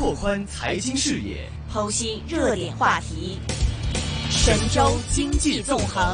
拓宽财经视野， 剖析热点话题，神州经济纵横。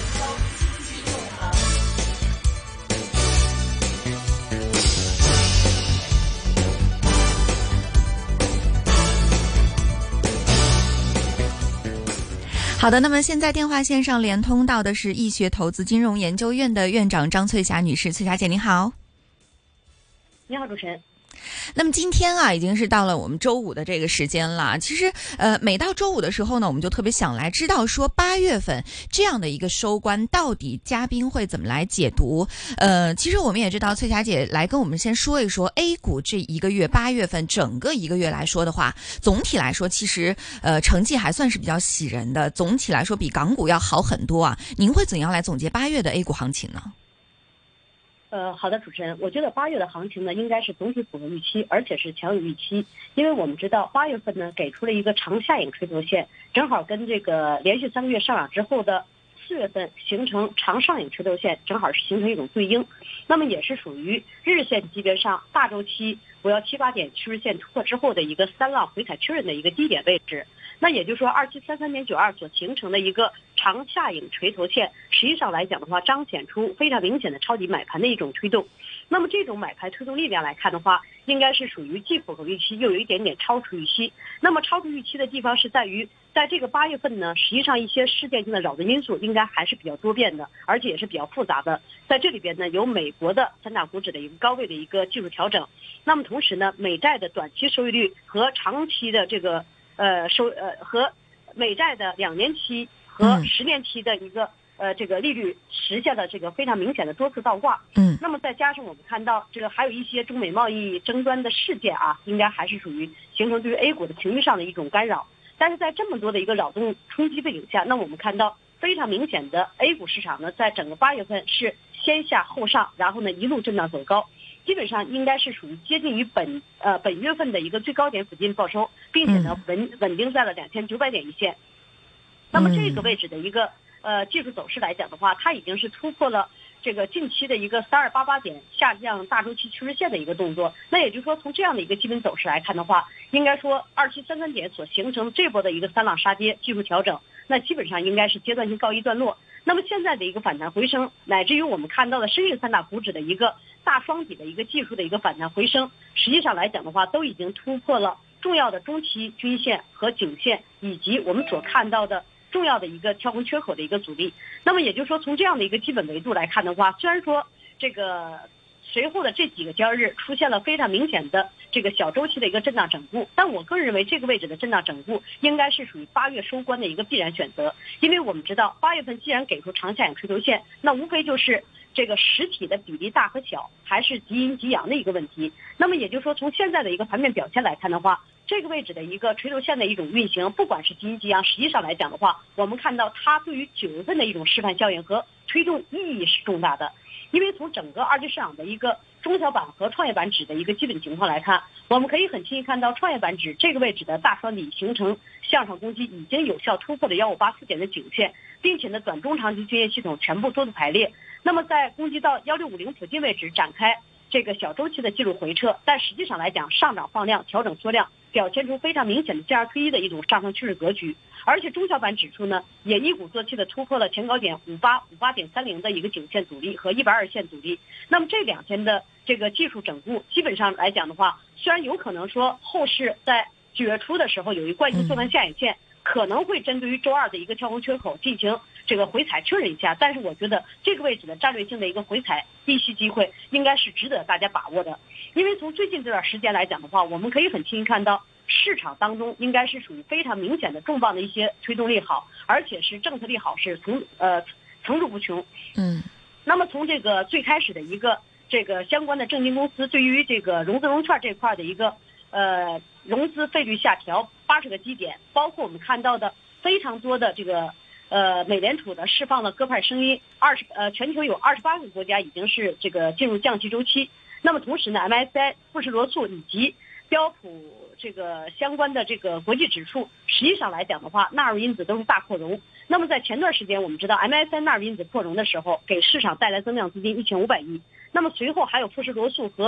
好的，那么现在电话线上连通到的是易学投资金融研究院的院长张翠霞女士。翠霞姐您好。 你好，主持人。 那么今天啊，已经是到了我们周五的这个时间了。其实每到周五的时候呢，我们就特别想来知道说8月份这样的一个收官，到底嘉宾会怎么来解读。其实我们也知道，翠霞姐来跟我们先说一说 A 股这一个月8月份整个一个月来说的话，总体来说其实成绩还算是比较喜人的，总体来说比港股要好很多啊。您会怎样来总结8月的 A 股行情呢？ 好的，主持人，我觉得8月的行情呢，应该是总体符合预期，而且是强于预期。因为我们知道8月份呢，给出了一个长下影垂头线，正好跟这个连续3个月上涨之后的4月份形成长上影垂头线，正好是形成一种对应。那么也是属于日线级别上大周期51778点趋势线突破之后的一个3浪回踩确认的一个低点位置。那也就是说2733.92所形成的一个长下影垂头线，实际上来讲的话，彰显出非常明显的超级买盘的一种推动。那么这种买盘推动力量来看的话，应该是属于既符合预期又有一点点超出预期。那么超出预期的地方是在于，在这个8月份呢，实际上一些事件性的扰动因素应该还是比较多变的，而且也是比较复杂的。在这里边呢，有美国的3大股指的一个高位的一个技术调整，那么同时呢，美债的短期收益率和长期的这个和美债的2年期和10年期的一个这个利率实现了这个非常明显的多次倒挂。那么再加上我们看到这个还有一些中美贸易争端的事件啊，应该还是属于形成对于 A 股的情绪上的一种干扰。但是在这么多的一个扰动冲击背景下，那我们看到非常明显的 A 股市场呢，在整个8月份是先下后上，然后呢一路震荡走高。基本上应该是属于接近于本月份的一个最高点附近报收，并且呢稳定在了2900点一线。那么这个位置的一个技术走势来讲的话，它已经是突破了这个近期的一个3288点下降大周期趋势线的一个动作。那也就是说，从这样的一个基本走势来看的话，应该说2733点所形成这波的一个3浪杀跌技术调整，那基本上应该是阶段性告一段落。那么现在的一个反弹回升，乃至于我们看到的深圳3大股指的一个大双底的一个技术的一个反弹回升，实际上来讲的话，都已经突破了重要的中期均线和颈线，以及我们所看到的重要的一个跳空缺口的一个阻力。那么也就是说，从这样的一个基本维度来看的话，虽然说这个随后的这几个交易日出现了非常明显的这个小周期的一个震荡整固，但我个人认为这个位置的震荡整固应该是属于8月收官的一个必然选择。因为我们知道8月份既然给出长下影垂头线，那无非就是这个实体的比例大和小还是极阴极阳的一个问题。那么也就是说，从现在的一个盘面表现来看的话，这个位置的一个垂头线的一种运行，不管是极阴极阳，实际上来讲的话，我们看到它对于9月份的一种示范效应和推动意义是重大的。因为从整个二级市场的一个中小板和创业板指的一个基本情况来看，我们可以很清晰看到创业板指这个位置的大双底形成向上攻击，已经有效突破了1584点的颈线，并且呢短中长期均线系统全部多次排列。那么在攻击到1650附近位置展开这个小周期的技术回撤，但实际上来讲，上涨放量，调整缩量，表现出非常明显的进而推一的一种上升趋势格局。而且中小板指数呢，也一鼓作气的突破了前高点58.30的一个颈线阻力和120线阻力。那么这2天的这个技术整固，基本上来讲的话，虽然有可能说后市在9月初的时候有一惯性做盘下影线，可能会针对于周二的一个跳空缺口进行这个回踩确认一下，但是我觉得这个位置的战略性的一个回踩低吸机会应该是值得大家把握的。因为从最近这段时间来讲的话，我们可以很清晰看到市场当中应该是属于非常明显的重磅的一些推动利好，而且是政策利好是层出不穷。那么从这个最开始的一个这个相关的证金公司对于这个融资融券这块的一个融资费率下调80个基点，包括我们看到的非常多的这个美联储的释放了鸽派声音，全球有28个国家已经是这个进入降息周期。那么同时呢 ，MSCI 富时罗素以及标普这个相关的这个国际指数，实际上来讲的话，纳入因子都是大扩容。那么在前段时间，我们知道 MSCI 纳入因子扩容的时候，给市场带来增量资金1500亿。那么随后还有富时罗素和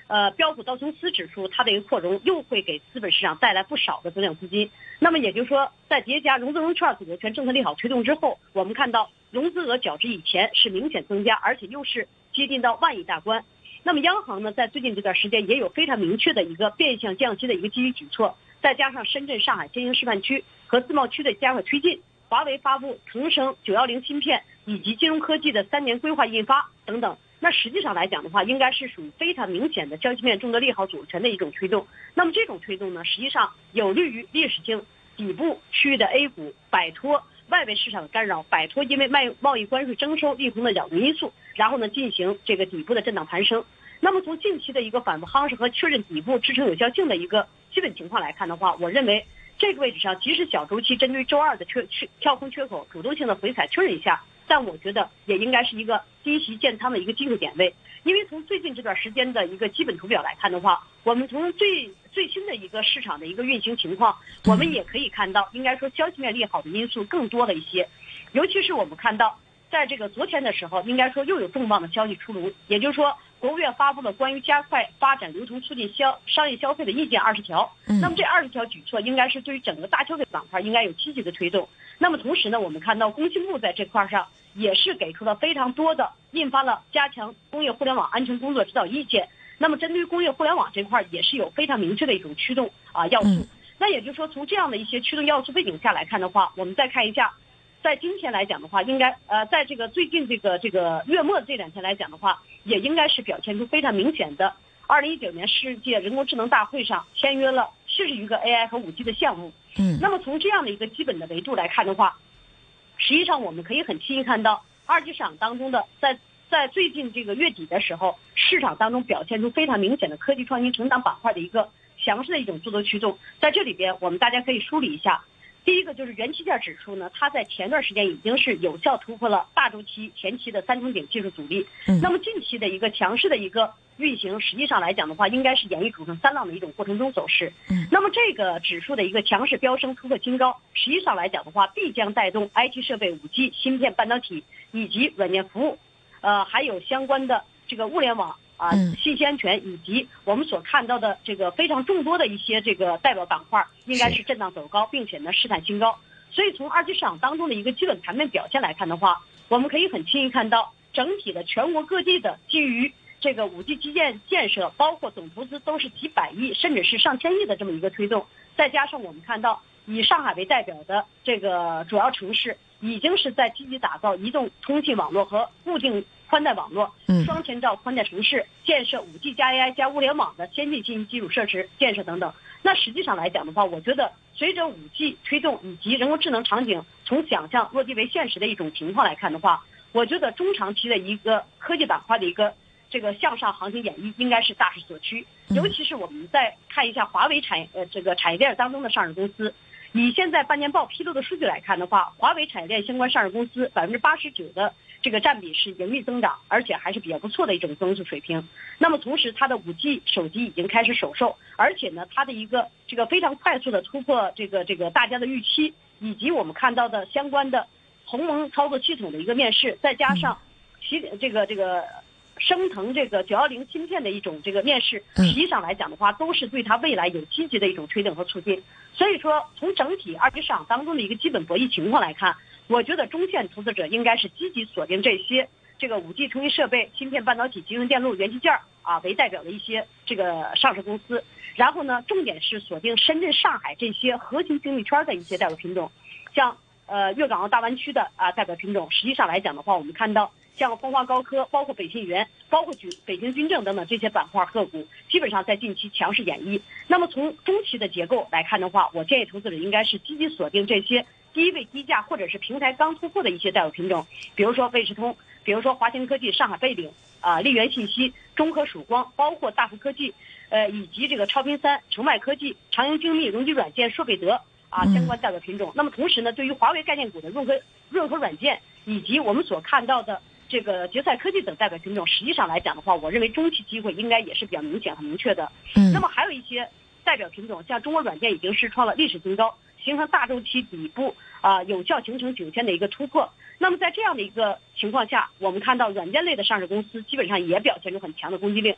标普道琼斯指数它的一个扩容又会给资本市场带来不少的增量资金。那么也就是说，在叠加融资融券组合拳政策利好推动之后，我们看到融资额较之以前是明显增加，而且又是接近到万亿大关。那么央行呢，在最近这段时间也有非常明确的一个变相降息的一个积极举措，再加上深圳、上海先行示范区和自贸区的加快推进，华为发布腾升910芯片以及金融科技的3年规划印发等等。那实际上来讲的话，应该是属于非常明显的消息面重的利好组合拳的一种推动。那么这种推动呢，实际上有利于历史性底部区域的 A 股摆脱外围市场的干扰，摆脱因为贸易关税征收利空的扰动因素，然后呢进行这个底部的震荡攀升。那么从近期的一个反复夯实和确认底部支撑有效性的一个基本情况来看的话，我认为这个位置上，即使小周期针对周二的跳空缺口主动性的回踩确认一下，但我觉得也应该是一个低吸建仓的一个机会点位。因为从最近这段时间的一个基本图表来看的话，我们从最新的一个市场的一个运行情况，我们也可以看到，应该说消息面利好的因素更多了一些。尤其是我们看到，在这个昨天的时候，应该说又有重磅的消息出炉，也就是说，国务院发布了关于加快发展流通促进商业消费的意见20条。那么这20条举措应该是对于整个大消费板块应该有积极的推动。那么同时呢，我们看到工信部在这块上也是给出了非常多的印发了加强工业互联网安全工作指导意见。那么针对工业互联网这块也是有非常明确的一种驱动要素。那也就是说，从这样的一些驱动要素背景下来看的话，我们再看一下，在今天来讲的话，应该在这个最近这个月末这2天来讲的话，也应该是表现出非常明显的。2019年世界人工智能大会上签约了70余个 AI 和5G 的项目。那么从这样的一个基本的维度来看的话，实际上我们可以很轻易看到二级市场当中的在最近这个月底的时候，市场当中表现出非常明显的科技创新成长板块的一个强势的一种做多驱动。在这里边，我们大家可以梳理一下。第一个就是元器件指数呢，它在前段时间已经是有效突破了大周期前期的3重顶技术阻力。那么近期的一个强势的一个运行，实际上来讲的话，应该是演绎主升3浪的一种过程中走势。那么这个指数的一个强势飙升突破新高，实际上来讲的话，必将带动 IT 设备、5G、芯片、半导体以及软件服务，还有相关的这个物联网信息安全以及我们所看到的这个非常众多的一些这个代表板块，应该是震荡走高，并且呢试探新高。所以从二级市场当中的一个基本盘面表现来看的话，我们可以很轻易看到，整体的全国各地的基于这个5G 基建建设，包括总投资都是几百亿甚至是上千亿的这么一个推动，再加上我们看到以上海为代表的这个主要城市，已经是在积极打造移动通信网络和固定宽带网络、双前兆宽带城市建设、5G 加 AI 加物联网的先进信息基础设施建设等等。那实际上来讲的话，我觉得随着5G 推动以及人工智能场景从想象落地为现实的一种情况来看的话，我觉得中长期的一个科技板块的一个这个向上行情演绎应该是大势所趋。尤其是我们再看一下华为产业链当中的上市公司，以现在半年报披露的数据来看的话，华为产业链相关上市公司89%的这个占比是盈利增长，而且还是比较不错的一种增速水平。那么同时它的5G 手机已经开始首售，而且呢它的一个这个非常快速的突破这个大家的预期，以及我们看到的相关的鸿蒙操作系统的一个面世，再加上这个升腾这个910芯片的一种这个面世，实际上来讲的话，都是对它未来有积极的一种推动和促进。所以说，从整体二级市场当中的一个基本博弈情况来看，我觉得中线投资者应该是积极锁定这些这个5G 通信设备、芯片、半导体、集成电路、元器件为代表的一些这个上市公司，然后呢，重点是锁定深圳、上海这些核心经济圈的一些代表品种，像粤港澳大湾区的代表品种。实际上来讲的话，我们看到像风华高科、包括北信源、包括北京军政等等这些板块个股，基本上在近期强势演绎。那么从中期的结构来看的话，我建议投资者应该是积极锁定这些低位低价或者是平台刚突破的一些代表品种，比如说卫士通，比如说华星科技、上海贝岭、力源信息、中科曙光，包括大福科技，以及这个超频3、澄迈科技、长盈精密、荣基软件、硕贝德相关代表品种。那么同时呢，对于华为概念股的润和软件以及我们所看到的这个捷赛科技等代表品种，实际上来讲的话，我认为中期机会应该也是比较明显和明确的。那么还有一些代表品种，像中国软件已经是创了历史新高，形成大周期底部有效形成颈线的一个突破。那么在这样的一个情况下，我们看到软件类的上市公司基本上也表现出很强的攻击力。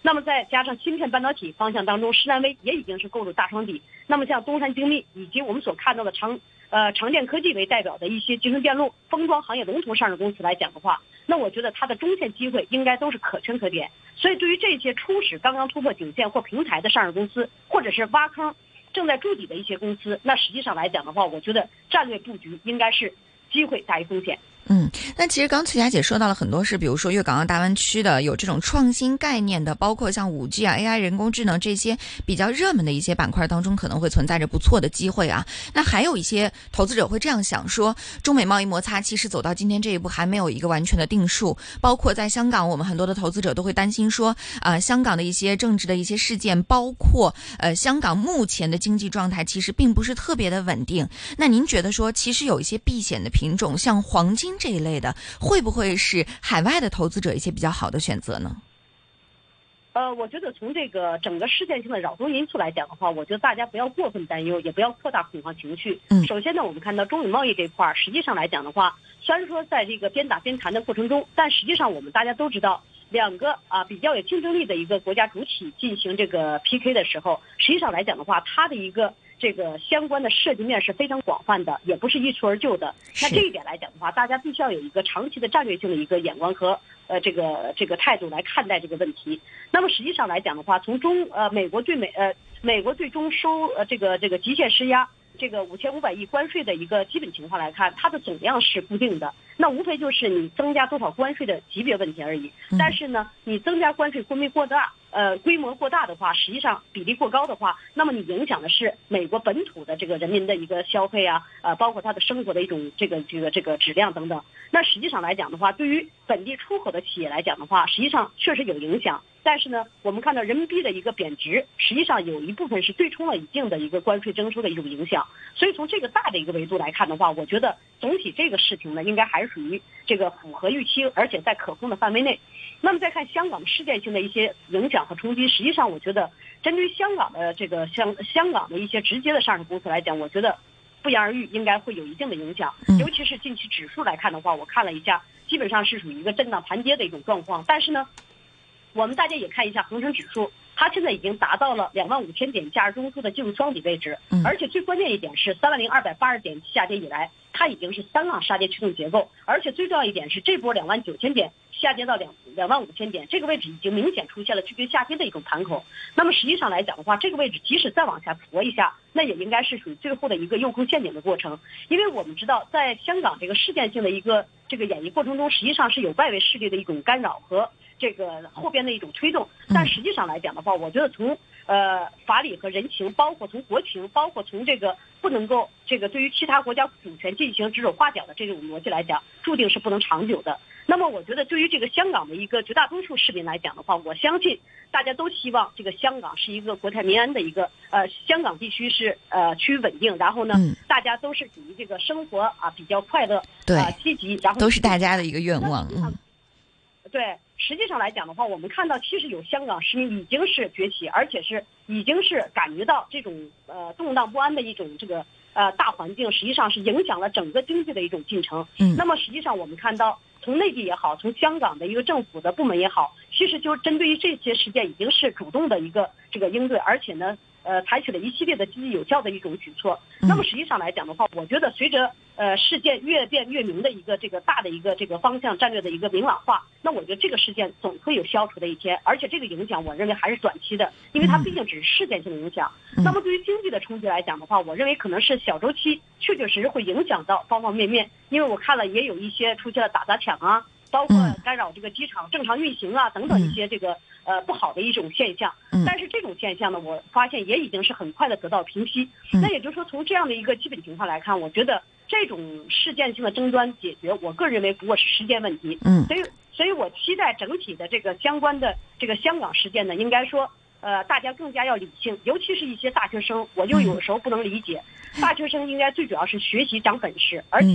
那么再加上芯片半导体方向当中，施耐微也已经是构筑大双底。那么像东山精密以及我们所看到的长电科技为代表的一些集成电路、封装行业龙头上市公司来讲的话，那我觉得它的中线机会应该都是可圈可点。所以对于这些初始刚刚突破颈线或平台的上市公司，或者是挖坑正在筑底的一些公司，那实际上来讲的话，我觉得战略布局应该是机会大于风险。 那其实刚翠霞姐说到了很多是，比如说粤港澳大湾区的有这种创新概念的，包括像 5G 啊、AI 人工智能这些比较热门的一些板块当中，可能会存在着不错的机会啊。那还有一些投资者会这样想说，中美贸易摩擦其实走到今天这一步还没有一个完全的定数，包括在香港，我们很多的投资者都会担心说，香港的一些政治的一些事件，包括香港目前的经济状态其实并不是特别的稳定。那您觉得说，其实有一些避险的品种，像黄金这一类的，会不会是海外的投资者一些比较好的选择呢？ 我觉得从这个整个事件性的扰动因素来讲的话，我觉得大家不要过分担忧，也不要扩大恐慌情绪。首先呢，我们看到中美贸易这块，实际上来讲的话，虽然说在这个边打边谈的过程中，但实际上我们大家都知道，两个比较有竞争力的一个国家主体进行这个 PK 的时候，实际上来讲的话，它的一个这个相关的涉及面是非常广泛的，也不是一蹴而就的。那这一点来讲的话，大家必须要有一个长期的战略性的一个眼光和这个态度来看待这个问题。那么实际上来讲的话，从美国最终收这个极限施压这个5500亿关税的一个基本情况来看，它的总量是固定的，那无非就是你增加多少关税的级别问题而已。但是呢，你增加关税规模过大的话，实际上比例过高的话，那么你影响的是美国本土的这个人民的一个消费啊，包括他的生活的一种这个质量等等。那实际上来讲的话，对于本地出口的企业来讲的话，实际上确实有影响。但是呢，我们看到人民币的一个贬值，实际上有一部分是对冲了一定的一个关税征收的一种影响。所以从这个大的一个维度来看的话，我觉得总体这个事情呢，应该还是属于这个符合预期，而且在可控的范围内。那么再看香港事件性的一些影响和冲击，实际上我觉得针对香港的香港的一些直接的上市公司来讲，我觉得不言而喻，应该会有一定的影响。尤其是近期指数来看的话，我看了一下，基本上是属于一个震荡盘跌的一种状况。但是呢，我们大家也看一下恒生指数，它现在已经达到了25000点假日中枢的进入双底位置，而且最关键一点是30280点下跌以来，它已经是3浪杀跌驱动结构，而且最重要一点是这波29000点下跌到25000点，这个位置已经明显出现了区间下跌的一种盘口。那么实际上来讲的话，这个位置即使再往下挫一下，那也应该是属于最后的一个诱空陷阱的过程。因为我们知道，在香港这个事件性的一个这个演绎过程中，实际上是有外围势力的一种干扰和这个后边的一种推动。但实际上来讲的话，我觉得从法理和人情，包括从国情，包括从这个不能够这个对于其他国家主权进行指手画脚的这种逻辑来讲，注定是不能长久的。那么我觉得对于这个香港的一个绝大多数市民来讲的话，我相信大家都希望这个香港是一个国泰民安的一个香港地区是趋于稳定，然后呢，大家都是属于这个生活比较快乐，积极，然后都是大家的一个愿望。 对，实际上来讲的话，我们看到其实有香港市民已经是崛起，而且是已经是感觉到这种动荡不安的一种这个大环境，实际上是影响了整个经济的一种进程。那么实际上我们看到，从内地也好，从香港的一个政府的部门也好，其实就针对于这些事件已经是主动的一个这个应对，而且呢采取了一系列的积极有效的一种举措。那么实际上来讲的话，我觉得随着事件越辩越明的一个这个大的一个这个方向战略的一个明朗化，那我觉得这个事件总会有消除的一天，而且这个影响我认为还是短期的，因为它毕竟只是事件性的影响。那么对于经济的冲击来讲的话，我认为可能是小周期，确确实实会影响到方方面面，因为我看了也有一些出现了打砸抢啊，包括干扰这个机场正常运行啊等等一些这个不好的一种现象。但是这种现象呢，我发现也已经是很快的得到平息。那也就是说，从这样的一个基本情况来看，我觉得这种事件性的争端解决，我个人认为不过是时间问题。所以我期待整体的这个相关的这个香港事件呢，应该说大家更加要理性，尤其是一些大学生，我就有时候不能理解，大学生应该最主要是学习长本事，而且呢，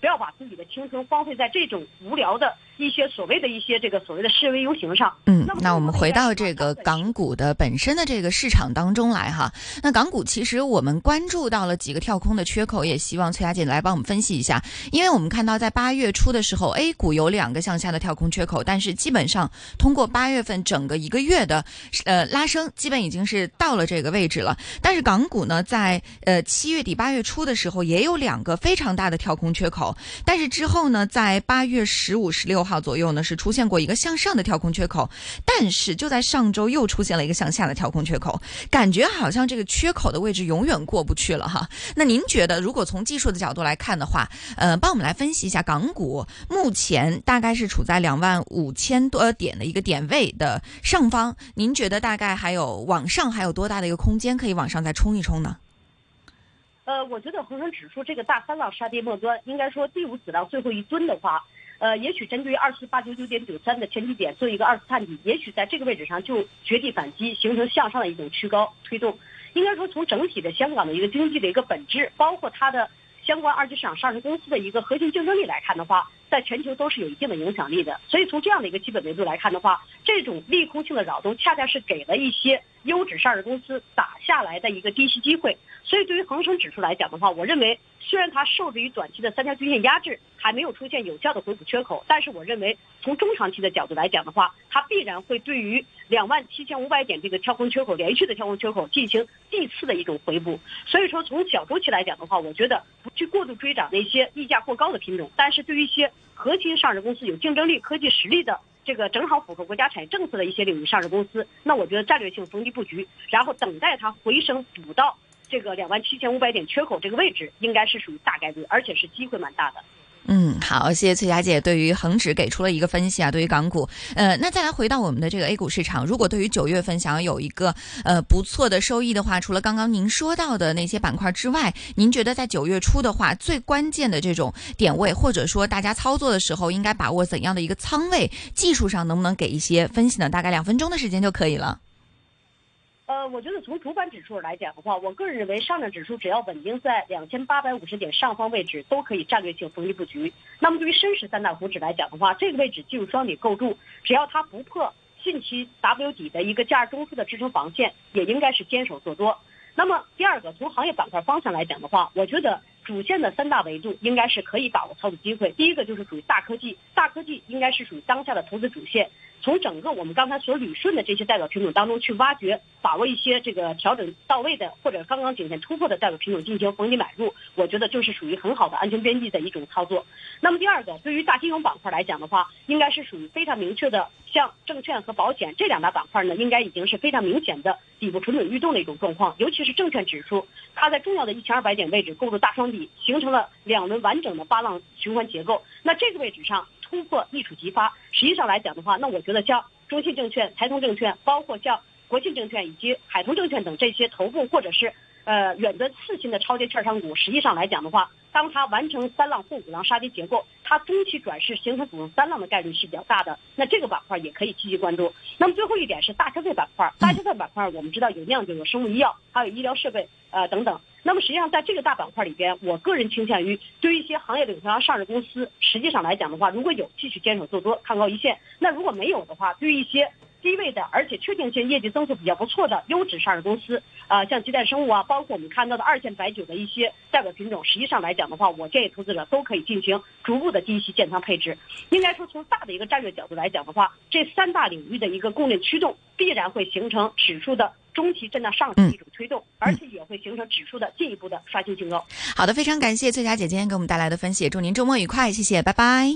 不要把自己的青春荒废在这种无聊的一些所谓的示威游行上。 那我们回到这个港股的本身的这个市场当中来哈。那港股其实我们关注到了几个跳空的缺口，也希望崔小姐来帮我们分析一下。因为我们看到在8月初的时候 A 股有2个向下的跳空缺口，但是基本上通过8月份整个1个月的拉升，基本已经是到了这个位置了。但是港股呢，在7月底8月初的时候也有2个非常大的跳空缺口，但是之后呢，在8月15、16号左右呢，是出现过一个向上的跳空缺口，但是就在上周又出现了一个向下的跳空缺口，感觉好像这个缺口的位置永远过不去了哈。那您觉得，如果从技术的角度来看的话，帮我们来分析一下港股目前大概是处在25000多点的一个点位的上方，您觉得大概往上还有多大的一个空间可以往上再冲一冲呢？ 我觉得恒生指数这个大三浪杀跌末端，应该说第5子浪最后一蹲的话，也许针对24899.93的前低点做一个2次探底，也许在这个位置上就绝地反击，形成向上的一种趋高推动。应该说从整体的香港的一个经济的一个本质，包括它的相关二级市场上市公司的一个核心竞争力来看的话，在全球都是有一定的影响力的。所以从这样的一个基本维度来看的话，这种利空性的扰动恰恰是给了一些优质上市公司打下来的一个低吸机会。所以对于恒生指数来讲的话，我认为虽然它受制于短期的3条均线压制，还没有出现有效的回补缺口，但是我认为从中长期的角度来讲的话，它必然会对于27500点这个跳空缺口连续的跳空缺口进行第次的一种回补。所以说从小周期来讲的话，我觉得不去过度追涨那些溢价过高的品种，但是对于一些核心上市公司有竞争力、科技实力的这个正好符合国家产业政策的一些领域上市公司，那我觉得战略性逢低布局，然后等待它回升补到这个27500点缺口这个位置，应该是属于大概率，而且是机会蛮大的。 好，谢谢崔佳姐对于恒指给出了一个分析啊，对于港股。那再来回到我们的这个 A 股市场，如果对于9月份想要有一个不错的收益的话，除了刚刚您说到的那些板块之外，您觉得在9月初的话，最关键的这种点位，或者说大家操作的时候应该把握怎样的一个仓位？技术上能不能给一些分析呢？大概2分钟的时间就可以了。 我觉得从主板指数来讲的话，我个人认为上证指数只要稳定在2850点上方位置，都可以战略性逢低布局。那么对于深市3大股指来讲的话，这个位置技术双底构筑，只要它不破近期 W 底的一个假日中枢的支撑防线，也应该是坚守做多。那么第二个，从行业板块方向来讲的话，我觉得主线的3大维度应该是可以把握操作机会。第一个就是属于大科技，大科技应该是属于当下的投资主线。从整个我们刚才所捋顺的这些代表品种当中去挖掘，把握一些这个调整到位的或者刚刚颈线突破的代表品种进行逢低买入，我觉得就是属于很好的安全边际的一种操作。那么第二个，对于大金融板块来讲的话，应该是属于非常明确的，像证券和保险这2大板块呢，应该已经是非常明显的底部蠢蠢欲动的一种状况。尤其是证券指数，它在重要的1200点位置构筑大双底，形成了2轮完整的8浪循环结构。那这个位置上突破一触即发，实际上来讲的话，那我觉得像中信证券、财通证券，包括像国信证券以及海通证券等这些头部或者是远端次新的超跌券商股，实际上来讲的话，当它完成3浪后5浪杀跌结构，它中期转势形成主动3浪的概率是比较大的。那这个板块也可以积极关注。那么最后一点是大消费板块，大消费板块我们知道有酿酒、有生物医药，还有医疗设备等等。那么实际上在这个大板块里边，我个人倾向于对于一些行业领头羊上市公司，实际上来讲的话，如果有继续坚守做多，看高一线；那如果没有的话，对于一些低位的而且确定性业绩增速比较不错的优质上市公司，像鸡蛋生物啊，包括我们看到的2线白酒的一些代表品种，实际上来讲的话，我建议投资者都可以进行逐步的低息建仓配置。应该说从大的一个战略角度来讲的话，这3大领域的一个共振驱动，必然会形成指数的中期震荡上涨的一种推动，而且也会形成指数的进一步的刷新新高。 好的，非常感谢崔佳姐今天给我们带来的分析，祝您周末愉快，谢谢，拜拜。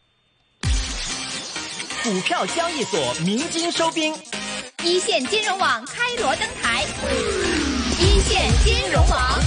股票交易所鸣金收兵， 一线金融网开锣登台，一线金融网。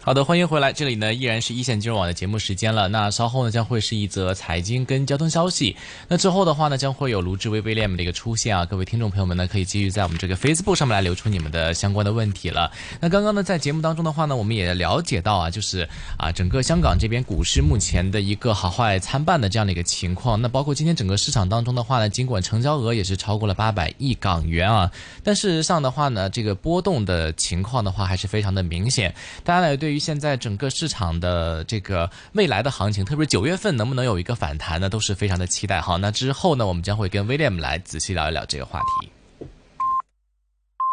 好的，欢迎回来，这里呢依然是一线金融网的节目时间了。那稍后呢将会是一则财经跟交通消息，那之后的话呢将会有卢志威 William 的一个出现啊，各位听众朋友们呢可以继续在我们这个 Facebook 上面来留出你们的相关的问题了。那刚刚呢在节目当中的话呢，我们也了解到啊，就是整个香港这边股市目前的一个好坏参半的这样的一个情况。那包括今天整个市场当中的话呢，尽管成交额也是超过了800亿港元啊，但事实上的话呢，这个波动的情况的话还是非常的明显。大家呢对于现在整个市场的这个未来的行情，特别是9月份能不能有一个反弹呢，都是非常的期待。好，那之后呢，我们将会跟 William 来仔细聊一聊这个话题。